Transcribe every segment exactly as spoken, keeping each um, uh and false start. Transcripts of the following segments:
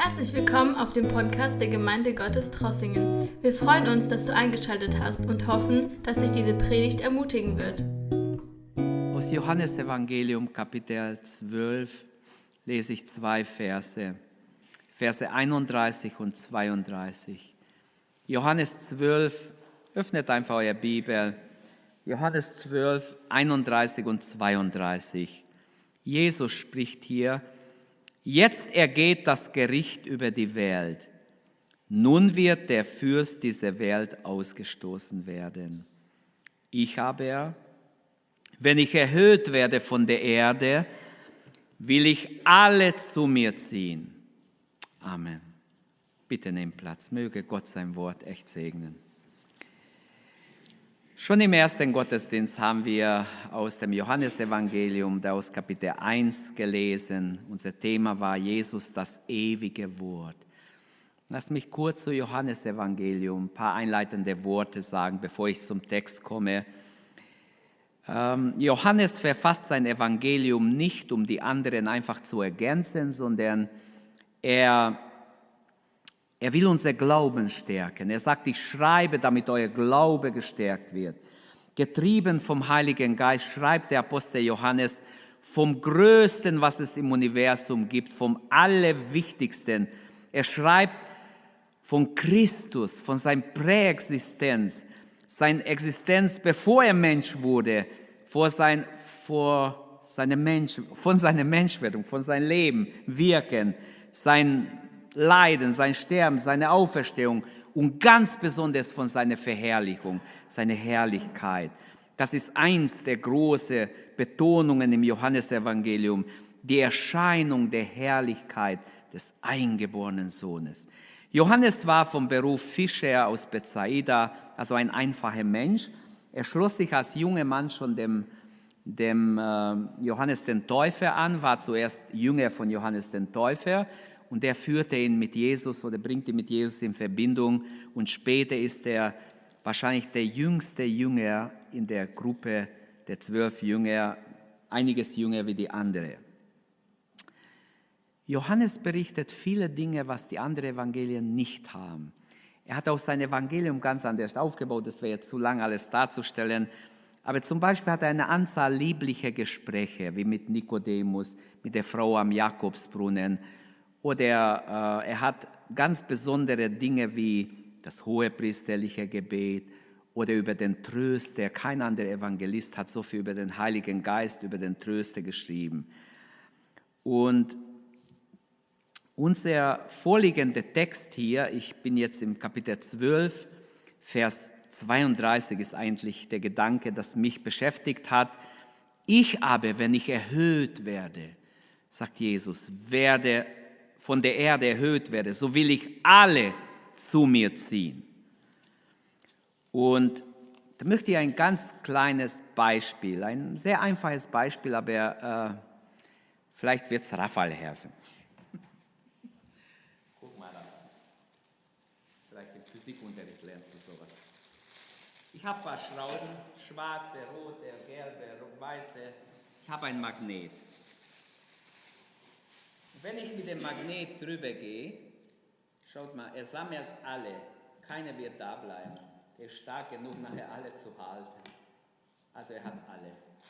Herzlich willkommen auf dem Podcast der Gemeinde Gottes Trossingen. Wir freuen uns, dass du eingeschaltet hast und hoffen, dass dich diese Predigt ermutigen wird. Aus Johannesevangelium Kapitel zwölf lese ich zwei Verse, Verse einunddreißig und zweiunddreißig. Johannes zwölf, öffnet einfach eure Bibel. Johannes zwölf, einunddreißig und zweiunddreißig. Jesus spricht hier: Jetzt ergeht das Gericht über die Welt. Nun wird der Fürst dieser Welt ausgestoßen werden. Ich aber, wenn ich erhöht werde von der Erde, will ich alle zu mir ziehen. Amen. Bitte nehmt Platz. Möge Gott sein Wort echt segnen. Schon im ersten Gottesdienst haben wir aus dem Johannesevangelium, aus Kapitel eins gelesen. Unser Thema war Jesus, das ewige Wort. Lass mich kurz zu Johannesevangelium ein paar einleitende Worte sagen, bevor ich zum Text komme. Ähm, Johannes verfasst sein Evangelium nicht, um die anderen einfach zu ergänzen, sondern er Er will unser Glauben stärken. Er sagt, ich schreibe, damit euer Glaube gestärkt wird. Getrieben vom Heiligen Geist schreibt der Apostel Johannes vom Größten, was es im Universum gibt, vom Allerwichtigsten. Er schreibt von Christus, von seiner Präexistenz, seiner Existenz, bevor er Mensch wurde, vor sein, vor seine Mensch, von seiner Menschwerdung, von seinem Leben, Wirken, sein Leiden, sein Sterben, seine Auferstehung und ganz besonders von seiner Verherrlichung, seiner Herrlichkeit. Das ist eins der großen Betonungen im Johannesevangelium, die Erscheinung der Herrlichkeit des eingeborenen Sohnes. Johannes war vom Beruf Fischer aus Bethsaida, also ein einfacher Mensch. Er schloss sich als junger Mann schon dem, dem äh, Johannes den Täufer an, war zuerst Jünger von Johannes den Täufer. Und er führte ihn mit Jesus oder bringt ihn mit Jesus in Verbindung. Und später ist er wahrscheinlich der jüngste Jünger in der Gruppe der zwölf Jünger, einiges jünger wie die anderen. Johannes berichtet viele Dinge, was die anderen Evangelien nicht haben. Er hat auch sein Evangelium ganz anders aufgebaut, das wäre jetzt zu lang, alles darzustellen. Aber zum Beispiel hat er eine Anzahl lieblicher Gespräche, wie mit Nikodemus, mit der Frau am Jakobsbrunnen. Oder äh, er hat ganz besondere Dinge wie das hohepriesterliche Gebet oder über den Tröster. Kein anderer Evangelist hat so viel über den Heiligen Geist, über den Tröster geschrieben. Und unser vorliegender Text hier, ich bin jetzt im Kapitel zwölf, Vers zweiunddreißig ist eigentlich der Gedanke, das mich beschäftigt hat. Ich aber, wenn ich erhöht werde, sagt Jesus, werde von der Erde erhöht werde, so will ich alle zu mir ziehen. Und da möchte ich ein ganz kleines Beispiel, ein sehr einfaches Beispiel, aber äh, vielleicht wird es Raphael helfen. Guck mal da. Vielleicht im Physikunterricht lernst du sowas. Ich habe ein paar Schrauben, schwarze, rote, gelbe, weiße. Ich habe ein Magnet. Wenn ich mit dem Magnet drüber gehe, schaut mal, er sammelt alle, keiner wird da bleiben. Er ist stark genug, nachher alle zu halten. Also er hat alle.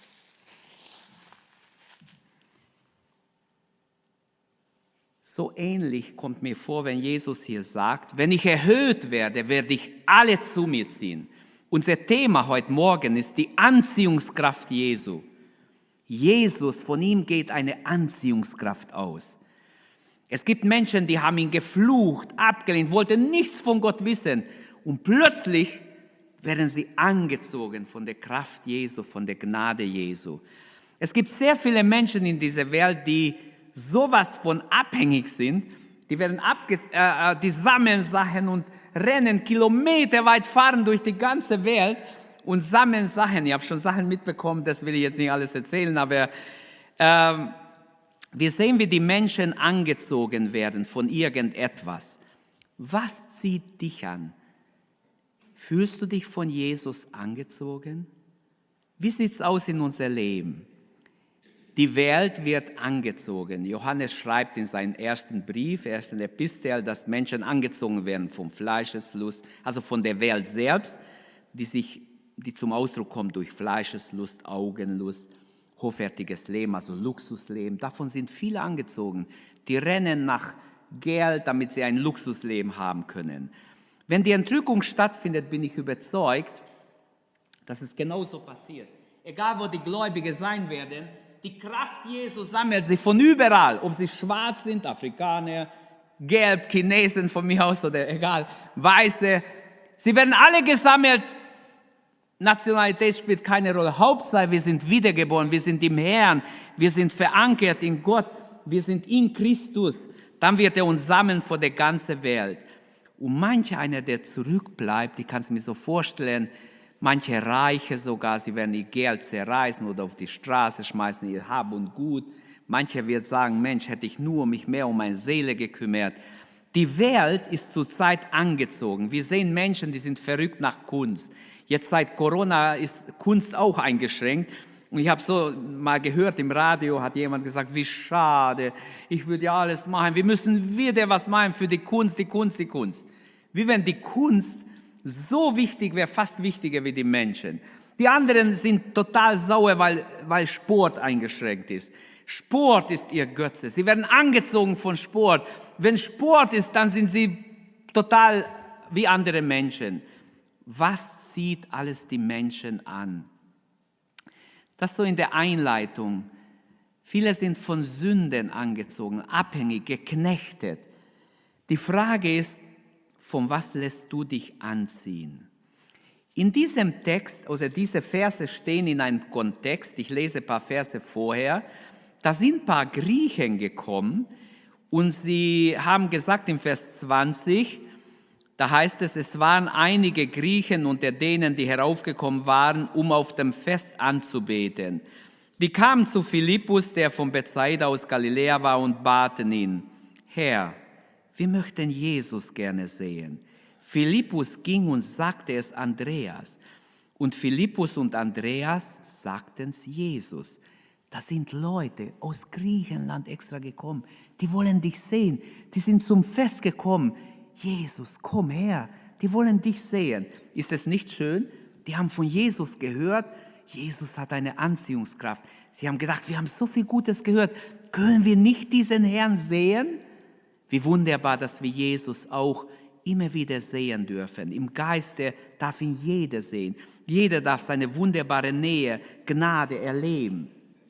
So ähnlich kommt mir vor, wenn Jesus hier sagt, wenn ich erhöht werde, werde ich alle zu mir ziehen. Unser Thema heute Morgen ist die Anziehungskraft Jesu. Jesus, von ihm geht eine Anziehungskraft aus. Es gibt Menschen, die haben ihn geflucht, abgelehnt, wollten nichts von Gott wissen. Und plötzlich werden sie angezogen von der Kraft Jesu, von der Gnade Jesu. Es gibt sehr viele Menschen in dieser Welt, die sowas von abhängig sind. Die werden abge äh, die sammeln Sachen und rennen kilometerweit, fahren durch die ganze Welt und sammeln Sachen. Ich habe schon Sachen mitbekommen, das will ich jetzt nicht alles erzählen, aber ähm, wir sehen, wie die Menschen angezogen werden von irgendetwas. Was zieht dich an? Fühlst du dich von Jesus angezogen? Wie sieht es aus in unser Leben? Die Welt wird angezogen. Johannes schreibt in seinem ersten Brief, ersten Epistel, dass Menschen angezogen werden vom Fleischeslust, also von der Welt selbst, die, sich, die zum Ausdruck kommt durch Fleischeslust, Augenlust, hochwertiges Leben, also Luxusleben. Davon sind viele angezogen. Die rennen nach Geld, damit sie ein Luxusleben haben können. Wenn die Entrückung stattfindet, bin ich überzeugt, dass es genauso passiert. Egal, wo die Gläubigen sein werden, die Kraft Jesu sammelt sich von überall, ob sie schwarz sind, Afrikaner, gelb, Chinesen von mir aus oder egal, Weiße. Sie werden alle gesammelt. Nationalität spielt keine Rolle. Hauptsache, wir sind wiedergeboren, wir sind im Herrn, wir sind verankert in Gott, wir sind in Christus. Dann wird er uns sammeln vor der ganzen Welt. Und manch einer, der zurückbleibt, ich kann es mir so vorstellen, manche Reiche sogar, sie werden ihr Geld zerreißen oder auf die Straße schmeißen, ihr Hab und Gut. Mancher wird sagen, Mensch, hätte ich nur mich mehr um meine Seele gekümmert. Die Welt ist zurzeit angezogen. Wir sehen Menschen, die sind verrückt nach Kunst. Jetzt seit Corona ist Kunst auch eingeschränkt. Und ich habe so mal gehört, im Radio hat jemand gesagt, wie schade, ich würde ja alles machen. Wir müssen wieder was machen für die Kunst, die Kunst, die Kunst. Wie wenn die Kunst so wichtig wäre, fast wichtiger wie die Menschen. Die anderen sind total sauer, weil, weil Sport eingeschränkt ist. Sport ist ihr Götze. Sie werden angezogen von Sport. Wenn Sport ist, dann sind sie total wie andere Menschen. Was zieht alles die Menschen an? Das so in der Einleitung. Viele sind von Sünden angezogen, abhängig, geknechtet. Die Frage ist, von was lässt du dich anziehen? In diesem Text, oder diese Verse stehen in einem Kontext, ich lese ein paar Verse vorher, da sind ein paar Griechen gekommen und sie haben gesagt im Vers zwanzig, da heißt es, es waren einige Griechen unter denen, die heraufgekommen waren, um auf dem Fest anzubeten. Die kamen zu Philippus, der von Bethsaida aus Galiläa war, und baten ihn, Herr, wir möchten Jesus gerne sehen. Philippus ging und sagte es Andreas. Und Philippus und Andreas sagten es Jesus. Das sind Leute aus Griechenland extra gekommen. Die wollen dich sehen. Die sind zum Fest gekommen. Jesus, komm her. Die wollen dich sehen. Ist es nicht schön? Die haben von Jesus gehört. Jesus hat eine Anziehungskraft. Sie haben gedacht, wir haben so viel Gutes gehört. Können wir nicht diesen Herrn sehen? Wie wunderbar, dass wir Jesus auch immer wieder sehen dürfen. Im Geiste darf ihn jeder sehen. Jeder darf seine wunderbare Nähe, Gnade erleben.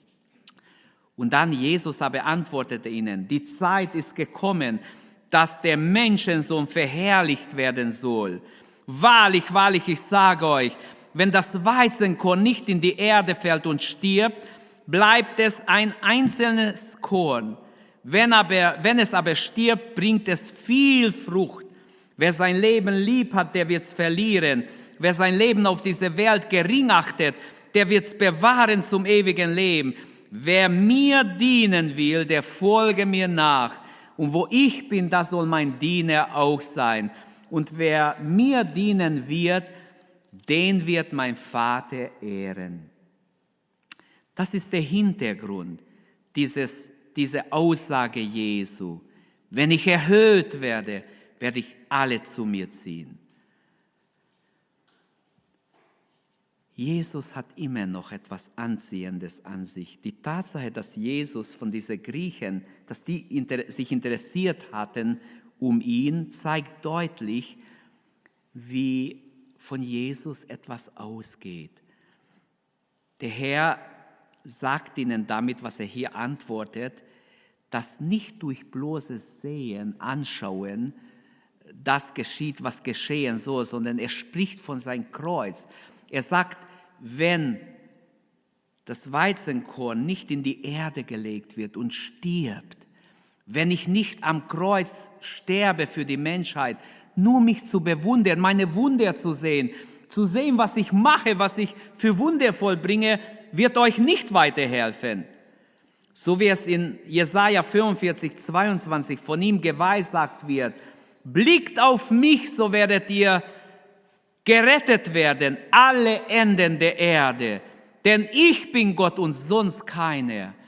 Und dann Jesus aber antwortete ihnen, die Zeit ist gekommen, dass der Menschensohn verherrlicht werden soll. Wahrlich, wahrlich, ich sage euch, wenn das Weizenkorn nicht in die Erde fällt und stirbt, bleibt es ein einzelnes Korn. Wenn, aber, wenn es aber stirbt, bringt es viel Frucht. Wer sein Leben lieb hat, der wird es verlieren. Wer sein Leben auf dieser Welt gering achtet, der wird es bewahren zum ewigen Leben. Wer mir dienen will, der folge mir nach. Und wo ich bin, da soll mein Diener auch sein. Und wer mir dienen wird, den wird mein Vater ehren. Das ist der Hintergrund dieses, dieser Aussage Jesu. Wenn ich erhöht werde, werde ich alle zu mir ziehen. Jesus hat immer noch etwas Anziehendes an sich. Die Tatsache, dass Jesus von diesen Griechen, dass die inter- sich interessiert hatten um ihn, zeigt deutlich, wie von Jesus etwas ausgeht. Der Herr sagt ihnen damit, was er hier antwortet, dass nicht durch bloßes Sehen, Anschauen, das geschieht, was geschehen soll, sondern er spricht von seinem Kreuz. Er sagt, wenn das Weizenkorn nicht in die Erde gelegt wird und stirbt, wenn ich nicht am Kreuz sterbe für die Menschheit, nur mich zu bewundern, meine Wunder zu sehen, zu sehen, was ich mache, was ich für Wunder vollbringe, wird euch nicht weiterhelfen. So wie es in Jesaja fünfundvierzig, zweiundzwanzig von ihm geweissagt wird, blickt auf mich, so werdet ihr gerettet werden, alle Enden der Erde. Denn ich bin Gott und sonst keiner.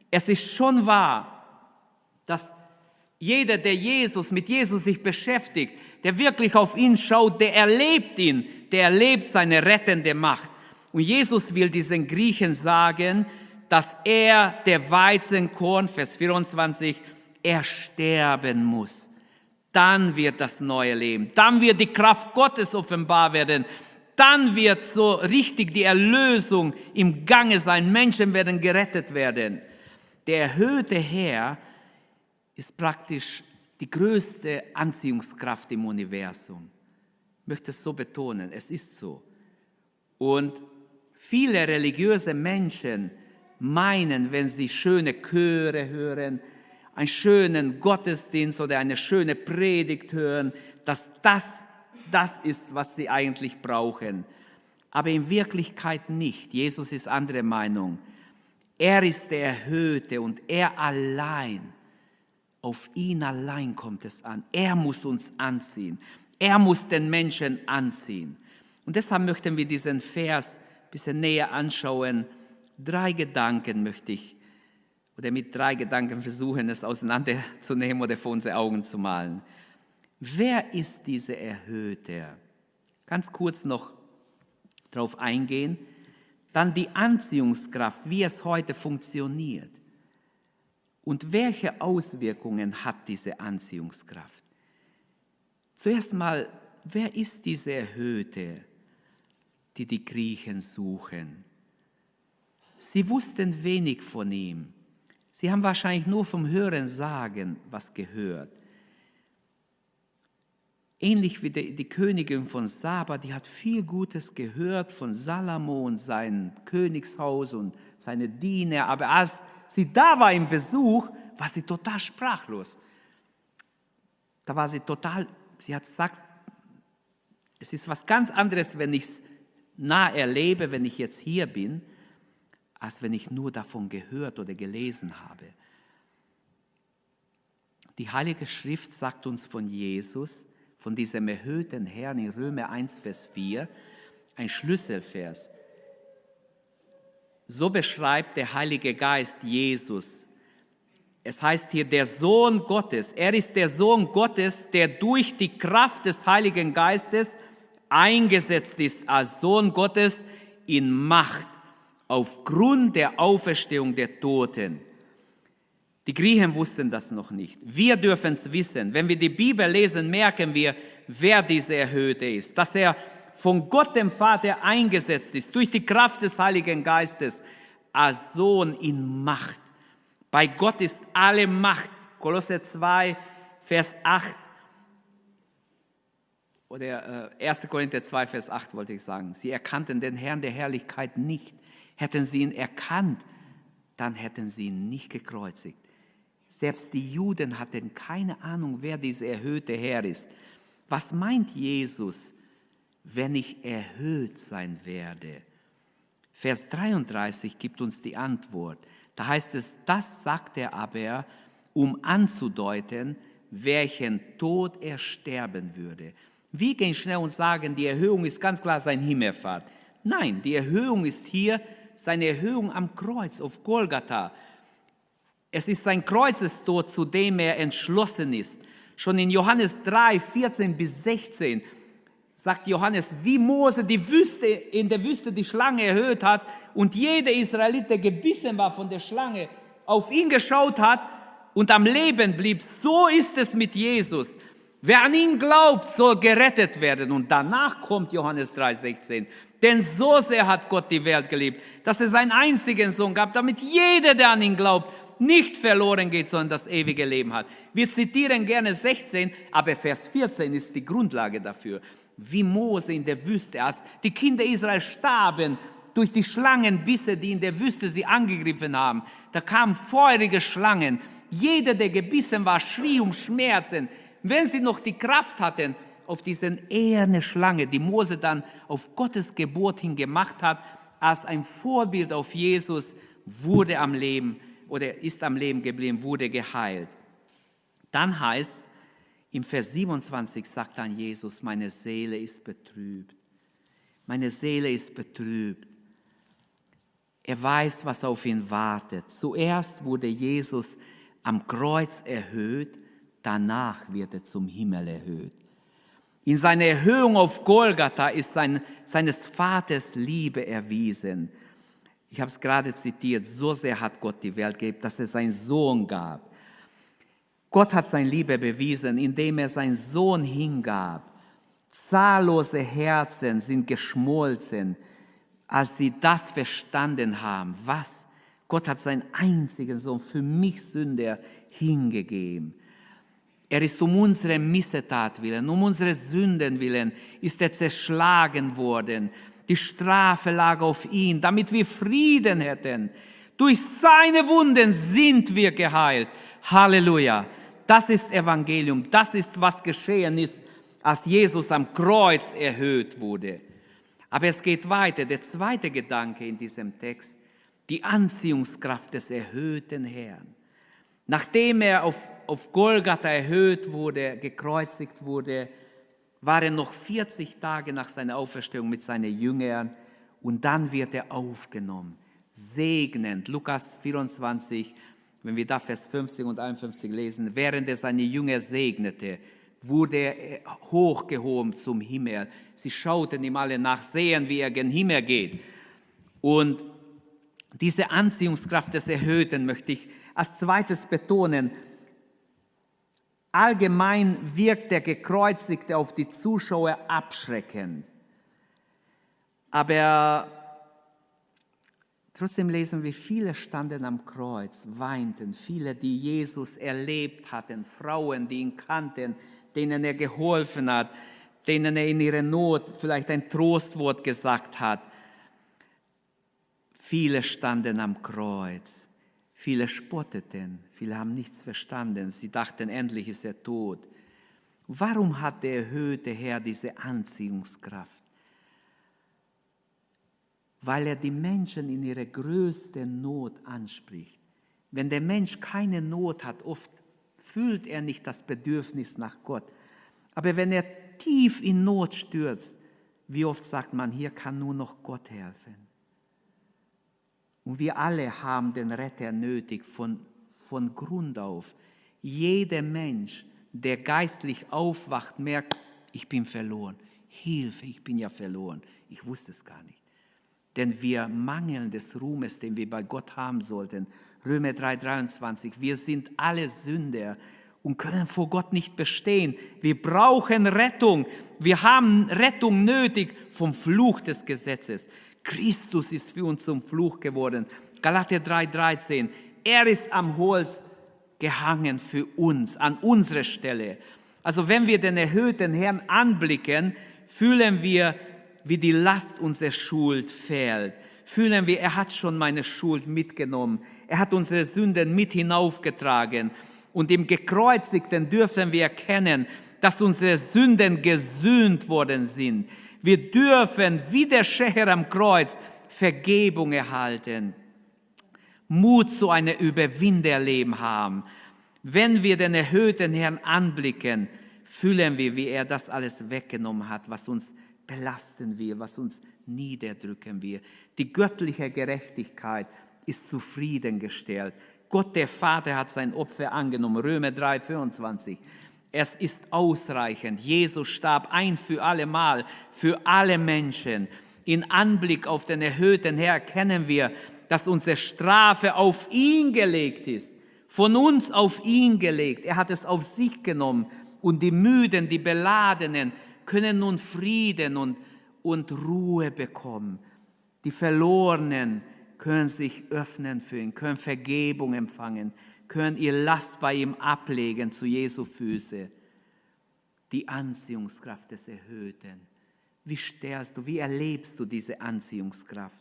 Es ist schon wahr, dass jeder, der Jesus, mit Jesus sich beschäftigt, der wirklich auf ihn schaut, der erlebt ihn, der erlebt seine rettende Macht. Und Jesus will diesen Griechen sagen, dass er, der Weizenkorn, Vers vierundzwanzig, er sterben muss. Dann wird das neue Leben, dann wird die Kraft Gottes offenbar werden, dann wird so richtig die Erlösung im Gange sein, Menschen werden gerettet werden. Der erhöhte Herr ist praktisch die größte Anziehungskraft im Universum. Ich möchte es so betonen, es ist so. Und viele religiöse Menschen meinen, wenn sie schöne Chöre hören, einen schönen Gottesdienst oder eine schöne Predigt hören, dass das das ist, was sie eigentlich brauchen. Aber in Wirklichkeit nicht. Jesus ist anderer Meinung. Er ist der Erhöhte und er allein, auf ihn allein kommt es an. Er muss uns anziehen. Er muss den Menschen anziehen. Und deshalb möchten wir diesen Vers ein bisschen näher anschauen. Drei Gedanken möchte ich, oder mit drei Gedanken versuchen, es auseinanderzunehmen oder vor unsere Augen zu malen. Wer ist dieser Erhöhte? Ganz kurz noch darauf eingehen. Dann die Anziehungskraft, wie es heute funktioniert. Und welche Auswirkungen hat diese Anziehungskraft? Zuerst mal, wer ist dieser Erhöhte, die die Griechen suchen? Sie wussten wenig von ihm. Sie haben wahrscheinlich nur vom Hören sagen was gehört. Ähnlich wie die, die Königin von Saba, die hat viel Gutes gehört von Salomo und sein Königshaus und seine Diener. Aber als sie da war im Besuch, war sie total sprachlos. Da war sie total, sie hat gesagt, es ist was ganz anderes, wenn ich es nah erlebe, wenn ich jetzt hier bin, als wenn ich nur davon gehört oder gelesen habe. Die Heilige Schrift sagt uns von Jesus, von diesem erhöhten Herrn in Römer eins, Vers vier, ein Schlüsselvers. So beschreibt der Heilige Geist Jesus. Es heißt hier, der Sohn Gottes. Er ist der Sohn Gottes, der durch die Kraft des Heiligen Geistes eingesetzt ist als Sohn Gottes in Macht aufgrund der Auferstehung der Toten. Die Griechen wussten das noch nicht. Wir dürfen es wissen. Wenn wir die Bibel lesen, merken wir, wer dieser Erhöhte ist. Dass er von Gott dem Vater eingesetzt ist, durch die Kraft des Heiligen Geistes, als Sohn in Macht. Bei Gott ist alle Macht. Kolosser zwei, Vers acht. Oder äh, erster Korinther zwei, Vers acht wollte ich sagen. Sie erkannten den Herrn der Herrlichkeit nicht. Hätten sie ihn erkannt, dann hätten sie ihn nicht gekreuzigt. Selbst die Juden hatten keine Ahnung, wer dieser erhöhte Herr ist. Was meint Jesus, wenn ich erhöht sein werde? Vers dreiunddreißig gibt uns die Antwort. Da heißt es, das sagt er aber, um anzudeuten, welchen Tod er sterben würde. Wir gehen schnell und sagen, die Erhöhung ist ganz klar sein Himmelfahrt. Nein, die Erhöhung ist hier seine Erhöhung am Kreuz auf Golgatha. Es ist sein Kreuzestod, zu dem er entschlossen ist. Schon in Johannes drei, vierzehn bis sechzehn sagt Johannes, wie Mose die Wüste, in der Wüste die Schlange erhöht hat und jeder Israelit, der gebissen war von der Schlange, auf ihn geschaut hat und am Leben blieb. So ist es mit Jesus. Wer an ihn glaubt, soll gerettet werden. Und danach kommt Johannes drei, sechzehn. Denn so sehr hat Gott die Welt geliebt, dass er seinen einzigen Sohn gab, damit jeder, der an ihn glaubt, nicht verloren geht, sondern das ewige Leben hat. Wir zitieren gerne sechzehn, aber Vers vierzehn ist die Grundlage dafür. Wie Mose in der Wüste, als die Kinder Israel starben durch die Schlangenbisse, die in der Wüste sie angegriffen haben. Da kamen feurige Schlangen. Jeder, der gebissen war, schrie um Schmerzen. Wenn sie noch die Kraft hatten, auf diese eherne Schlange, die Mose dann auf Gottes Geburt hin gemacht hat, als ein Vorbild auf Jesus, wurde am Leben oder ist am Leben geblieben, wurde geheilt. Dann heißt es, im Vers siebenundzwanzig sagt dann Jesus, meine Seele ist betrübt. Meine Seele ist betrübt. Er weiß, was auf ihn wartet. Zuerst wurde Jesus am Kreuz erhöht, danach wird er zum Himmel erhöht. In seiner Erhöhung auf Golgatha ist sein, seines Vaters Liebe erwiesen. Ich habe es gerade zitiert, so sehr hat Gott die Welt gegeben, dass er seinen Sohn gab. Gott hat seine Liebe bewiesen, indem er seinen Sohn hingab. Zahllose Herzen sind geschmolzen, als sie das verstanden haben. Was? Gott hat seinen einzigen Sohn für mich Sünder hingegeben. Er ist um unsere Missetat willen, um unsere Sünden willen, ist er zerschlagen worden. Die Strafe lag auf ihn, damit wir Frieden hätten. Durch seine Wunden sind wir geheilt. Halleluja. Das ist Evangelium. Das ist, was geschehen ist, als Jesus am Kreuz erhöht wurde. Aber es geht weiter. Der zweite Gedanke in diesem Text, die Anziehungskraft des erhöhten Herrn. Nachdem er auf, auf Golgatha erhöht wurde, gekreuzigt wurde, war er noch vierzig Tage nach seiner Auferstehung mit seinen Jüngern und dann wird er aufgenommen, segnend. Lukas vierundzwanzig, wenn wir da Vers fünfzig und einundfünfzig lesen, während er seine Jünger segnete, wurde er hochgehoben zum Himmel. Sie schauten ihm alle nach, sehen, wie er gen Himmel geht. Und diese Anziehungskraft des Erhöhten möchte ich als zweites betonen. Allgemein wirkt der Gekreuzigte auf die Zuschauer abschreckend. Aber trotzdem lesen wir, viele standen am Kreuz, weinten, viele, die Jesus erlebt hatten, Frauen, die ihn kannten, denen er geholfen hat, denen er in ihrer Not vielleicht ein Trostwort gesagt hat. Viele standen am Kreuz, viele spotteten, viele haben nichts verstanden, sie dachten, endlich ist er tot. Warum hat der erhöhte Herr diese Anziehungskraft? Weil er die Menschen in ihrer größten Not anspricht. Wenn der Mensch keine Not hat, oft fühlt er nicht das Bedürfnis nach Gott. Aber wenn er tief in Not stürzt, wie oft sagt man, hier kann nur noch Gott helfen. Und wir alle haben den Retter nötig von, von Grund auf. Jeder Mensch, der geistlich aufwacht, merkt, ich bin verloren. Hilfe, ich bin ja verloren. Ich wusste es gar nicht. Denn wir mangeln des Ruhmes, den wir bei Gott haben sollten. Römer drei, dreiundzwanzig, wir sind alle Sünder und können vor Gott nicht bestehen. Wir brauchen Rettung. Wir haben Rettung nötig vom Fluch des Gesetzes. Christus ist für uns zum Fluch geworden. Galater drei, dreizehn, er ist am Holz gehangen für uns, an unserer Stelle. Also wenn wir den erhöhten Herrn anblicken, fühlen wir, wie die Last unserer Schuld fällt. Fühlen wir, er hat schon meine Schuld mitgenommen. Er hat unsere Sünden mit hinaufgetragen. Und im Gekreuzigten dürfen wir erkennen, dass unsere Sünden gesühnt worden sind. Wir dürfen, wie der Schächer am Kreuz, Vergebung erhalten. Mut zu einem Überwinderleben haben. Wenn wir den erhöhten Herrn anblicken, fühlen wir, wie er das alles weggenommen hat, was uns belasten will, was uns niederdrücken will. Die göttliche Gerechtigkeit ist zufriedengestellt. Gott, der Vater, hat sein Opfer angenommen. Römer drei, fünfundzwanzig. Es ist ausreichend. Jesus starb ein für alle Mal, für alle Menschen. In Anblick auf den erhöhten Herrn erkennen wir, dass unsere Strafe auf ihn gelegt ist. Von uns auf ihn gelegt. Er hat es auf sich genommen. Und die Müden, die Beladenen können nun Frieden und, und Ruhe bekommen. Die Verlorenen können sich öffnen für ihn, können Vergebung empfangen, können ihr Last bei ihm ablegen zu Jesu Füße. Die Anziehungskraft des Erhöhten. Wie stellst du, wie erlebst du diese Anziehungskraft?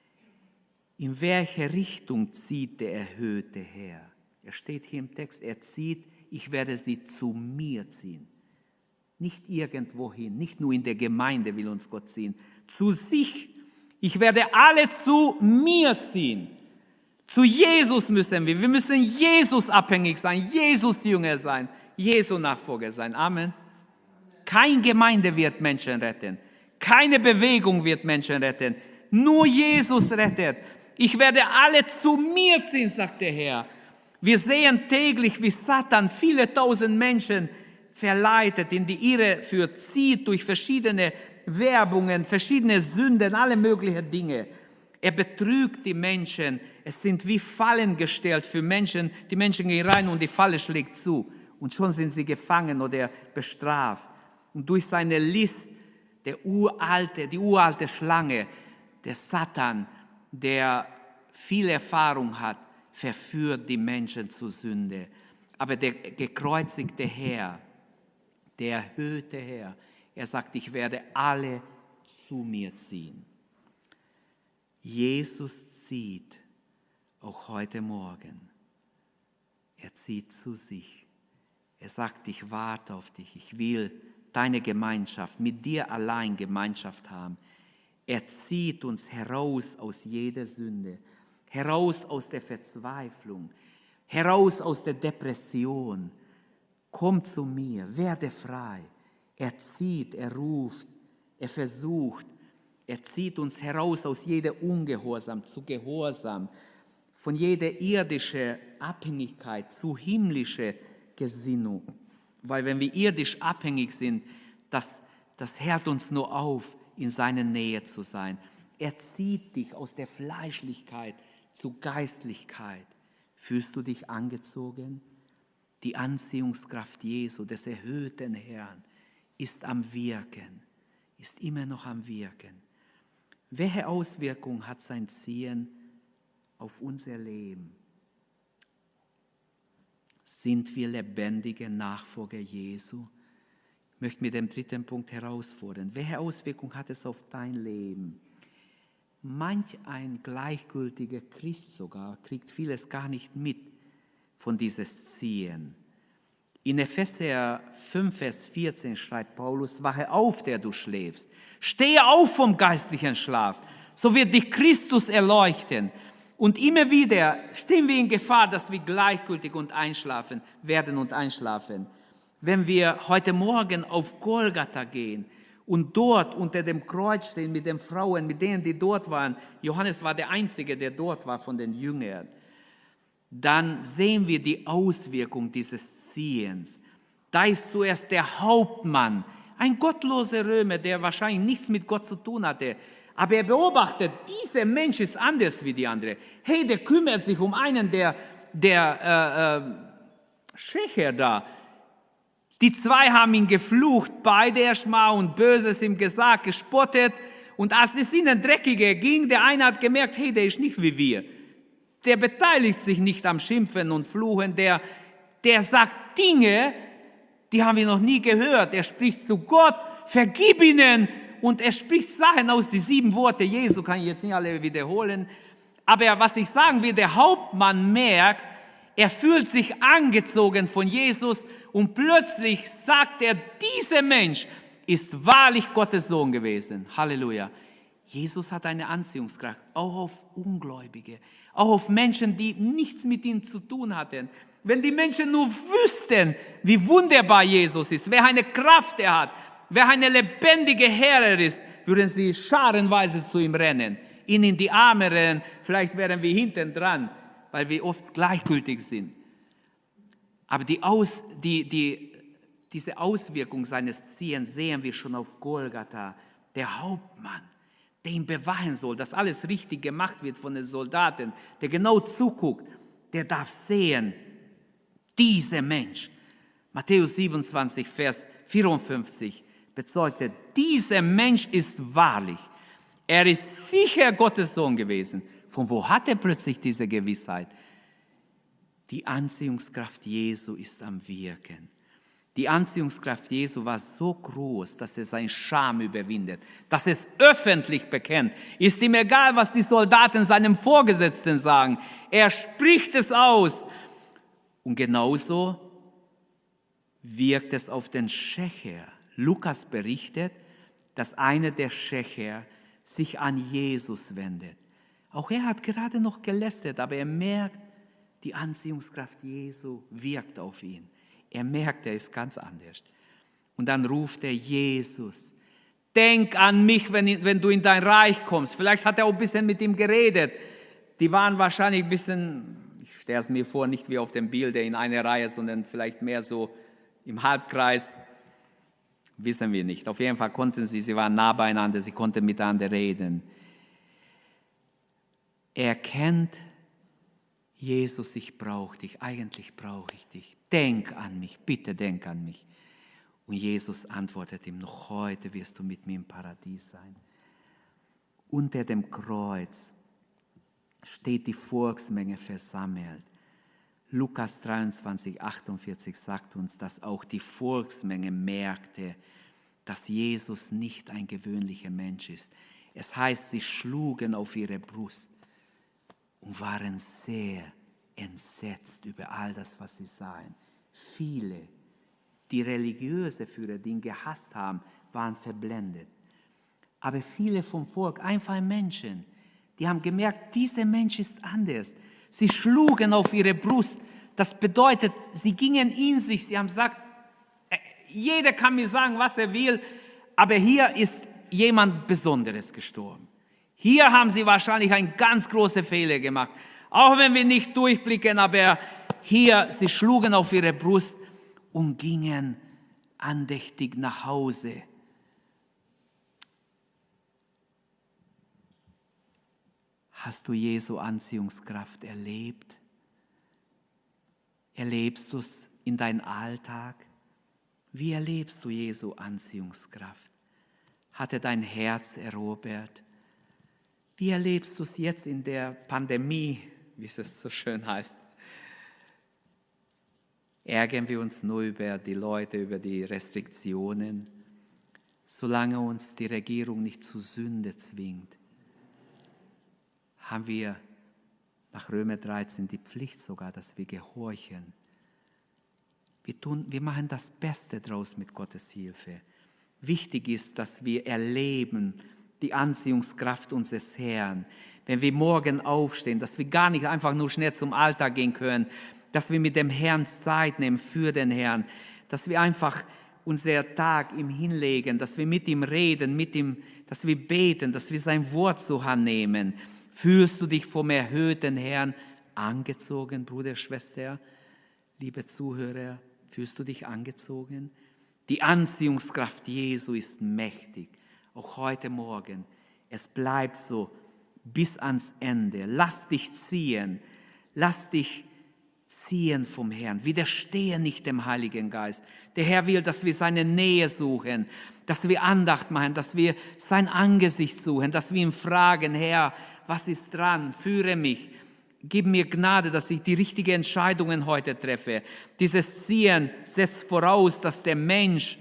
In welche Richtung zieht der erhöhte Herr? Er steht hier im Text, er zieht, ich werde sie zu mir ziehen. Nicht irgendwohin, nicht nur in der Gemeinde will uns Gott ziehen, zu sich. Ich werde alle zu mir ziehen. Zu Jesus müssen wir. Wir müssen Jesus abhängig sein, Jesus Jünger sein, Jesu Nachfolger sein. Amen. Keine Gemeinde wird Menschen retten. Keine Bewegung wird Menschen retten. Nur Jesus rettet. Ich werde alle zu mir ziehen, sagt der Herr. Wir sehen täglich, wie Satan viele tausend Menschen verleitet, in die Irre führt, zieht durch verschiedene Werbungen, verschiedene Sünden, alle möglichen Dinge. Er betrügt die Menschen. Es sind wie Fallen gestellt für Menschen. Die Menschen gehen rein und die Falle schlägt zu. Und schon sind sie gefangen oder bestraft. Und durch seine List, der uralte, die uralte Schlange, der Satan, der viel Erfahrung hat, verführt die Menschen zur Sünde. Aber der gekreuzigte Herr, der erhöhte Herr, er sagt, ich werde alle zu mir ziehen. Jesus zieht auch heute Morgen. Er zieht zu sich. Er sagt, ich warte auf dich. Ich will deine Gemeinschaft, mit dir allein Gemeinschaft haben. Er zieht uns heraus aus jeder Sünde, heraus aus der Verzweiflung, heraus aus der Depression. Komm zu mir, werde frei. Er zieht, er ruft, er versucht. Er zieht uns heraus aus jeder Ungehorsam zu Gehorsam, von jeder irdischen Abhängigkeit zu himmlischer Gesinnung. Weil wenn wir irdisch abhängig sind, das, das hält uns nur auf, in seiner Nähe zu sein. Er zieht dich aus der Fleischlichkeit zu Geistlichkeit. Fühlst du dich angezogen? Die Anziehungskraft Jesu, des erhöhten Herrn, ist am Wirken, ist immer noch am Wirken. Welche Auswirkung hat sein Ziehen auf unser Leben? Sind wir lebendige Nachfolger Jesu? Ich möchte mit dem dritten Punkt herausfordern. Welche Auswirkung hat es auf dein Leben? Manch ein gleichgültiger Christ sogar kriegt vieles gar nicht mit von dieses Ziehen. In Epheser fünf, Vers vierzehn schreibt Paulus, wache auf, der du schläfst. Stehe auf vom geistlichen Schlaf, so wird dich Christus erleuchten. Und immer wieder stehen wir in Gefahr, dass wir gleichgültig und einschlafen werden und einschlafen. Wenn wir heute Morgen auf Golgatha gehen und dort unter dem Kreuz stehen mit den Frauen, mit denen, die dort waren, Johannes war der Einzige, der dort war von den Jüngern, dann sehen wir die Auswirkung dieses Ziehens. Da ist zuerst der Hauptmann, ein gottloser Römer, der wahrscheinlich nichts mit Gott zu tun hatte. Aber er beobachtet, dieser Mensch ist anders wie die andere. Hey, der kümmert sich um einen der, der äh, äh, Schächer da. Die zwei haben ihn geflucht, beide erstmal und Böses ihm gesagt, gespottet. Und als es ihnen dreckiger ging, der eine hat gemerkt, hey, der ist nicht wie wir. Der beteiligt sich nicht am Schimpfen und Fluchen, der, der sagt Dinge, die haben wir noch nie gehört. Er spricht zu Gott, vergib ihnen. Und er spricht Sachen aus, die sieben Worte Jesu, kann ich jetzt nicht alle wiederholen. Aber was ich sagen will, der Hauptmann merkt, er fühlt sich angezogen von Jesus und plötzlich sagt er, dieser Mensch ist wahrlich Gottes Sohn gewesen. Halleluja. Jesus hat eine Anziehungskraft, auch auf Ungläubige, auch auf Menschen, die nichts mit ihm zu tun hatten. Wenn die Menschen nur wüssten, wie wunderbar Jesus ist, wer eine Kraft er hat, wer eine lebendige Herr ist, würden sie scharenweise zu ihm rennen, ihn in die Arme rennen, vielleicht wären wir hinten dran, weil wir oft gleichgültig sind. Aber die Aus, die, die, diese Auswirkung seines Ziehens sehen wir schon auf Golgatha. Der Hauptmann, der ihn bewachen soll, dass alles richtig gemacht wird von den Soldaten, der genau zuguckt, der darf sehen, dieser Mensch. Matthäus siebenundzwanzig, Vers vierundfünfzig bezeugte, dieser Mensch ist wahrlich. Er ist sicher Gottes Sohn gewesen. Von wo hat er plötzlich diese Gewissheit? Die Anziehungskraft Jesu ist am Wirken. Die Anziehungskraft Jesu war so groß, dass er seinen Scham überwindet, dass er es öffentlich bekennt. Ist ihm egal, was die Soldaten seinem Vorgesetzten sagen. Er spricht es aus. Und genauso wirkt es auf den Schächer. Lukas berichtet, dass einer der Schächer sich an Jesus wendet. Auch er hat gerade noch gelästert, aber er merkt, die Anziehungskraft Jesu wirkt auf ihn. Er merkt, er ist ganz anders. Und dann ruft er Jesus, denk an mich, wenn, wenn du in dein Reich kommst. Vielleicht hat er auch ein bisschen mit ihm geredet. die waren wahrscheinlich ein bisschen, ich stelle es mir vor, nicht wie auf dem Bild in einer Reihe, sondern vielleicht mehr so im Halbkreis. Wissen wir nicht. Auf jeden Fall konnten sie, sie waren nah beieinander, sie konnten miteinander reden. Er kennt Jesus, ich brauche dich, eigentlich brauche ich dich. Denk an mich, bitte denk an mich. Und Jesus antwortet ihm, noch heute wirst du mit mir im Paradies sein. Unter dem Kreuz steht die Volksmenge versammelt. Lukas dreiundzwanzig, achtundvierzig sagt uns, dass auch die Volksmenge merkte, dass Jesus nicht ein gewöhnlicher Mensch ist. Es heißt, sie schlugen auf ihre Brust und waren sehr entsetzt über all das, was sie sahen. Viele, die religiöse Führer, die ihn gehasst haben, waren verblendet. Aber viele vom Volk, einfache Menschen, die haben gemerkt, dieser Mensch ist anders. Sie schlugen auf ihre Brust. Das bedeutet, sie gingen in sich. Sie haben gesagt, jeder kann mir sagen, was er will, aber hier ist jemand Besonderes gestorben. Hier haben sie wahrscheinlich einen ganz großen Fehler gemacht. Auch wenn wir nicht durchblicken, aber hier, sie schlugen auf ihre Brust und gingen andächtig nach Hause. Hast du Jesu Anziehungskraft erlebt? Erlebst du es in deinem Alltag? Wie erlebst du Jesu Anziehungskraft? Hat er dein Herz erobert? Wie erlebst du es jetzt in der Pandemie, wie es so schön heißt? Ärgern wir uns nur über die Leute, über die Restriktionen, solange uns die Regierung nicht zu Sünde zwingt? Haben wir nach Römer dreizehn die Pflicht sogar, dass wir gehorchen. Wir, tun, wir machen das Beste draus mit Gottes Hilfe. Wichtig ist, dass wir erleben die Anziehungskraft unseres Herrn. Wenn wir morgen aufstehen, dass wir gar nicht einfach nur schnell zum Alltag gehen können, dass wir mit dem Herrn Zeit nehmen für den Herrn, dass wir einfach unser Tag ihm hinlegen, dass wir mit ihm reden, mit ihm, dass wir beten, dass wir sein Wort zur Hand nehmen. Fühlst du dich vom erhöhten Herrn angezogen, Bruder, Schwester, liebe Zuhörer? Fühlst du dich angezogen? Die Anziehungskraft Jesu ist mächtig, auch heute Morgen. Es bleibt so bis ans Ende. Lass dich ziehen, lass dich ziehen vom Herrn. Widerstehe nicht dem Heiligen Geist. Der Herr will, dass wir seine Nähe suchen, dass wir Andacht machen, dass wir sein Angesicht suchen, dass wir ihn fragen, Herr, was ist dran? Führe mich. Gib mir Gnade, dass ich die richtigen Entscheidungen heute treffe. Dieses Ziehen setzt voraus, dass der Mensch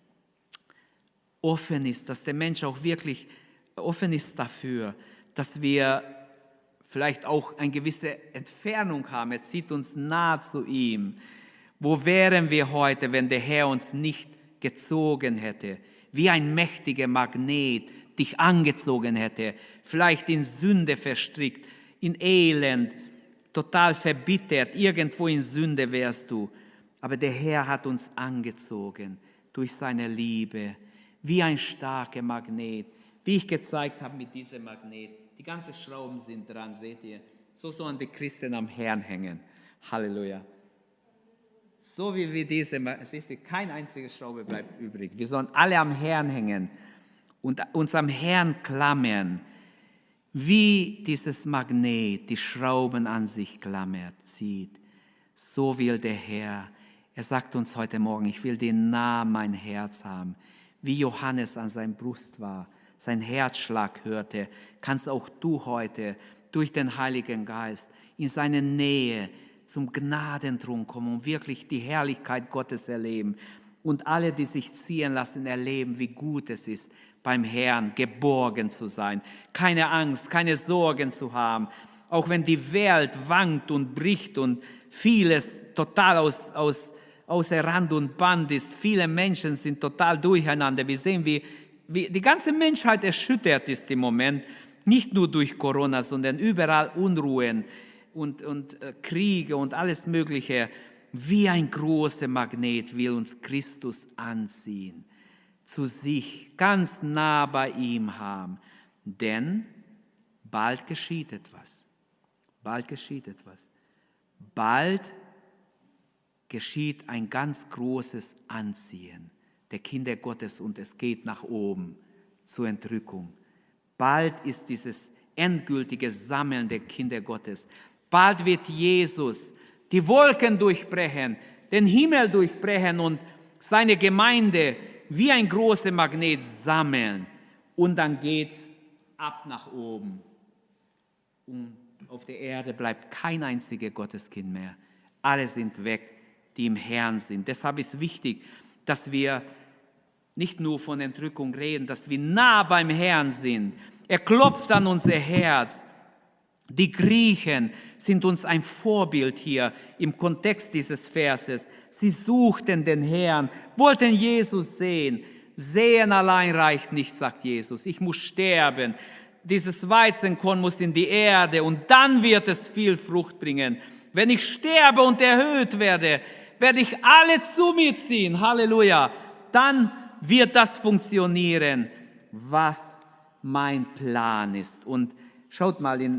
offen ist, dass der Mensch auch wirklich offen ist dafür, dass wir vielleicht auch eine gewisse Entfernung haben. Er zieht uns nahe zu ihm. Wo wären wir heute, wenn der Herr uns nicht gezogen hätte? Wie ein mächtiger Magnet dich angezogen hätte, vielleicht in Sünde verstrickt, in Elend, total verbittert, irgendwo in Sünde wärst du. Aber der Herr hat uns angezogen durch seine Liebe, wie ein starker Magnet, wie ich gezeigt habe mit diesem Magnet. Die ganzen Schrauben sind dran, seht ihr? So sollen die Christen am Herrn hängen. Halleluja. So wie wir diese, seht ihr, kein einzige Schraube bleibt übrig. Wir sollen alle am Herrn hängen und uns am Herrn klammern, wie dieses Magnet die Schrauben an sich klammert, zieht. So will der Herr. Er sagt uns heute Morgen, ich will dir nah mein Herz haben. Wie Johannes an seiner Brust war, sein Herzschlag hörte, kannst auch du heute durch den Heiligen Geist in seine Nähe zum Gnadenthron kommen und wirklich die Herrlichkeit Gottes erleben. Und alle, die sich ziehen lassen, erleben, wie gut es ist, beim Herrn geborgen zu sein. Keine Angst, keine Sorgen zu haben. Auch wenn die Welt wankt und bricht und vieles total aus, aus, außer Rand und Band ist. Viele Menschen sind total durcheinander. Wir sehen, wie, wie die ganze Menschheit erschüttert ist im Moment. Nicht nur durch Corona, sondern überall Unruhen und, und äh, Kriege und alles Mögliche. Wie ein großer Magnet will uns Christus anziehen, zu sich, ganz nah bei ihm haben. Denn bald geschieht etwas. Bald geschieht etwas. Bald geschieht ein ganz großes Anziehen der Kinder Gottes und es geht nach oben zur Entrückung. Bald ist dieses endgültige Sammeln der Kinder Gottes. Bald wird Jesus die Wolken durchbrechen, den Himmel durchbrechen und seine Gemeinde wie ein großer Magnet sammeln. Und dann geht es ab nach oben. Und auf der Erde bleibt kein einziger Gotteskind mehr. Alle sind weg, die im Herrn sind. Deshalb ist wichtig, dass wir nicht nur von Entrückung reden, dass wir nah beim Herrn sind. Er klopft an unser Herz. Die Griechen sind uns ein Vorbild hier im Kontext dieses Verses. Sie suchten den Herrn, wollten Jesus sehen. Sehen allein reicht nicht, sagt Jesus. Ich muss sterben. Dieses Weizenkorn muss in die Erde und dann wird es viel Frucht bringen. Wenn ich sterbe und erhöht werde, werde ich alle zu mir ziehen. Halleluja. Dann wird das funktionieren, was mein Plan ist. Und schaut mal in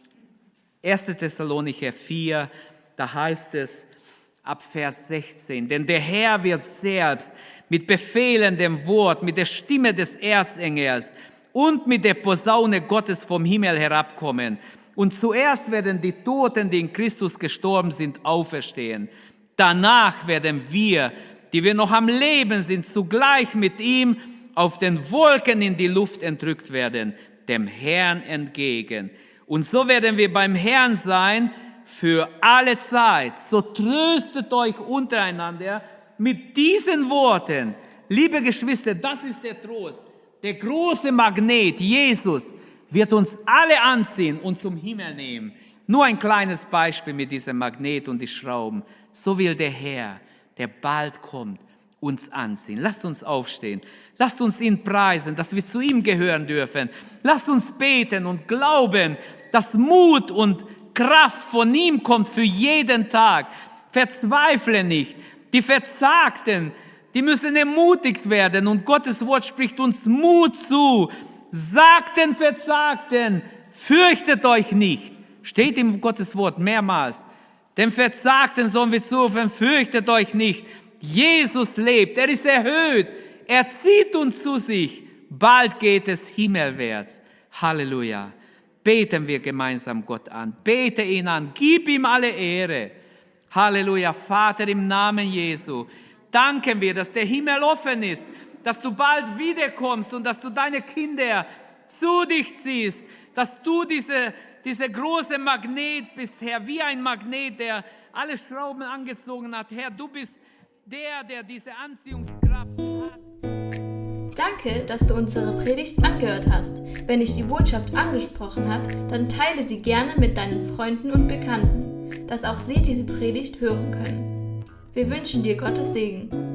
erster Thessalonicher vier, da heißt es ab Vers sechzehn, denn der Herr wird selbst mit befehlendem Wort, mit der Stimme des Erzengels und mit der Posaune Gottes vom Himmel herabkommen. Und zuerst werden die Toten, die in Christus gestorben sind, auferstehen. Danach werden wir, die wir noch am Leben sind, zugleich mit ihm auf den Wolken in die Luft entrückt werden, dem Herrn entgegen. Und so werden wir beim Herrn sein für alle Zeit. So tröstet euch untereinander mit diesen Worten. Liebe Geschwister, das ist der Trost. Der große Magnet, Jesus, wird uns alle anziehen und zum Himmel nehmen. Nur ein kleines Beispiel mit diesem Magnet und die Schrauben. So will der Herr, der bald kommt, uns anziehen. Lasst uns aufstehen. Lasst uns ihn preisen, dass wir zu ihm gehören dürfen. Lasst uns beten und glauben, dass Mut und Kraft von ihm kommt für jeden Tag. Verzweifle nicht. Die Verzagten, die müssen ermutigt werden und Gottes Wort spricht uns Mut zu. Sagt den Verzagten, fürchtet euch nicht. Steht im Gottes Wort mehrmals. Dem Verzagten sollen wir zurufen, fürchtet euch nicht. Jesus lebt, er ist erhöht, er zieht uns zu sich. Bald geht es himmelwärts. Halleluja. Beten wir gemeinsam Gott an. Bete ihn an. Gib ihm alle Ehre. Halleluja. Vater, im Namen Jesu, danken wir, dass der Himmel offen ist, dass du bald wiederkommst und dass du deine Kinder zu dich ziehst, dass du diese, diese große Magnet bist, Herr, wie ein Magnet, der alle Schrauben angezogen hat. Herr, du bist der, der diese Anziehungskraft hat. Danke, dass du unsere Predigt angehört hast. Wenn dich die Botschaft angesprochen hat, dann teile sie gerne mit deinen Freunden und Bekannten, dass auch sie diese Predigt hören können. Wir wünschen dir Gottes Segen.